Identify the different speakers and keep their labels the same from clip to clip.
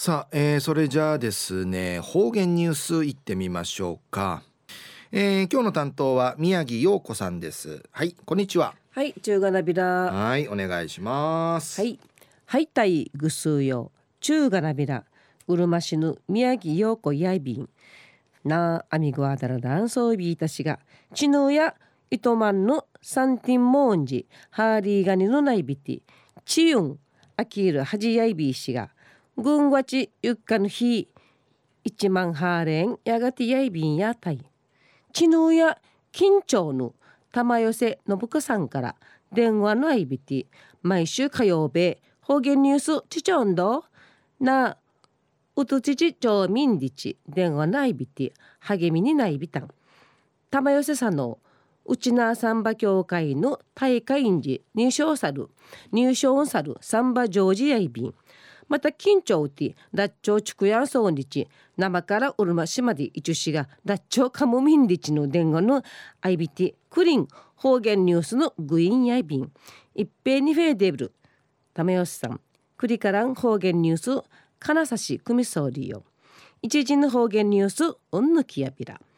Speaker 1: さあ、それじゃあですね、方言ニュースいってみましょうか。今日の担当は宮城陽子さんです。はい、こんにちは。
Speaker 2: はい、中がなびら。
Speaker 1: はい、お願いします。
Speaker 2: はい、はいたいぐすうよ。中がなびら。うるましぬ宮城陽子やいびん。なあみぐわだらだんそうびいたしが。ちぬやいとまんのサンティンモーンジ。ハーリーガニのないびて。ちゆん。あきるはじやいびいしが。ぐんわちゆっかのひ。一万ハーレンやがてやいびんやたい。ちぬや緊張の玉寄せ信子さんから電話のあいびて毎週火曜日方言ニュースちちょんどなうとちちちょうみんりち電話のあいびて励みにないびたん玉寄せさんのうちなサンバ協会の大会員時入賞さるサンバジョージやいびんまた緊張うてダッチョウチクヤンソウニチ生からうるま市までいちゅしがダッチョウカモミンリチの伝言のアイビティクリン方言ニュースのグイーンやいびん一平にフェーデブルためよしさんクリカラン方言ニュース金指組みそうりよ一時の方言ニュースうんぬきやびら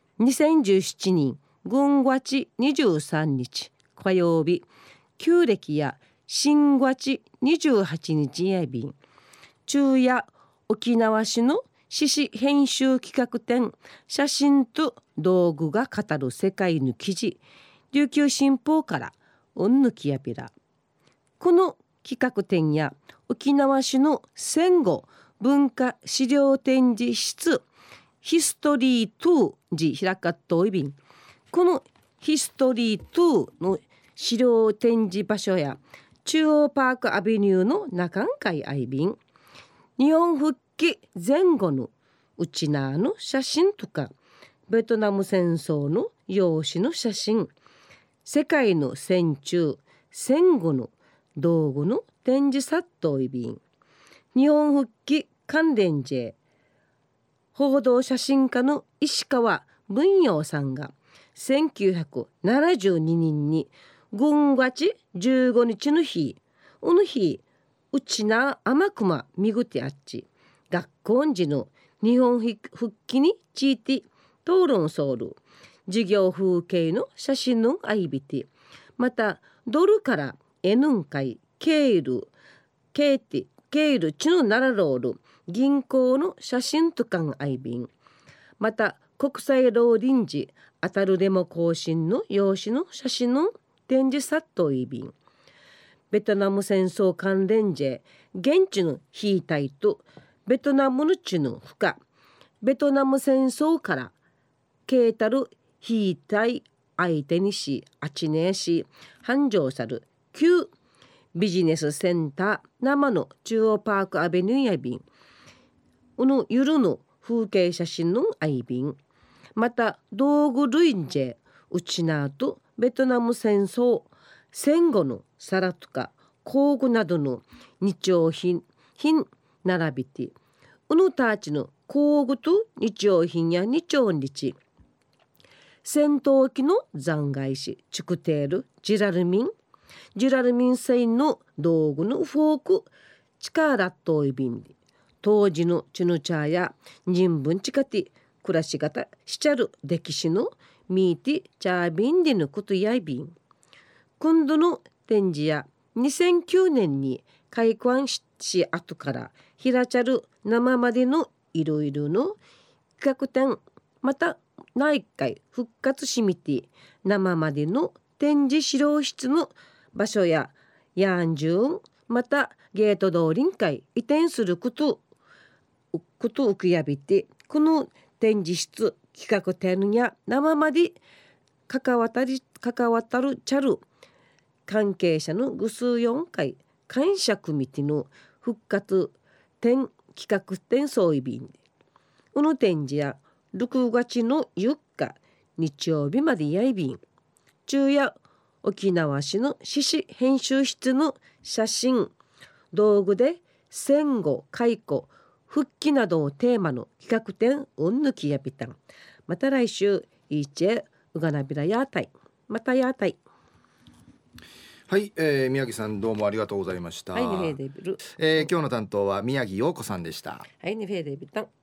Speaker 2: 2017年軍月23日火曜日旧暦や新月28日やびん昼夜沖縄市の獅子編集企画展写真と道具が語る世界の記事琉球新報からうんぬきやびらこの企画展や沖縄市の戦後文化資料展示室ヒストリー2時開かっといびんこのヒストリー2の資料展示場所や中央パークアベニューの中海アイビン日本復帰前後のうちなの写真とかベトナム戦争の用紙の写真世界の戦中戦後の道具の展示殺到イビン日本復帰関連時報道写真家の石川文陽さんが1972年に軍月15日の日この日うちな甘くまみぐてあっち学校時の日本復帰について討論ソウル授業風景の写真のあいびてまたドルからエヌンカイケールチヌナラロール銀行の写真とかんあいびんまた国際老臨時当たるデモ行進の用紙の写真の展示殺到いびんベトナム戦争関連時現地の兵隊とベトナムの地の負荷ベトナム戦争からケータル兵隊相手にしあちねえし繁盛さる旧ビジネスセンター生の中央パークアベニューやびんうぬゆるの風景写真のあいびんまた道具類んじうちなとベトナム戦争戦後の皿とか工具などの日用品並びてうぬたちの工具と日用品や日用日戦闘機の残骸しチュクテールジュラルミン製の道具のフォークチカーラットイビンで当時のチュヌチャーや人文チカティ暮らし方しちゃる歴史のミーティチャービンディのことやいびん今度の展示や2009年に開館し後からひらちゃる生までのいろいろの企画展また内海復活しみて生までの展示資料室の場所やヤンジューンまたゲート通りん会移転することをくやびてこの展示室企画展や生まで関わったるチャル関係者のぐ数4回感謝組手の復活展企画展総意便この展示や6月の4日日曜日までやいびん中夜沖縄市の獅子編集室の写真道具で戦後解雇復帰などをテーマの企画展うんぬきやびたんまた来週いいちえうがなびらやたいまたやたい
Speaker 1: はい、宮城さんどうもありがとうございました。
Speaker 2: はい、ねフェーデビル。
Speaker 1: 今日の担当は宮城陽子さんでした。
Speaker 2: はい、ねフェーデビル。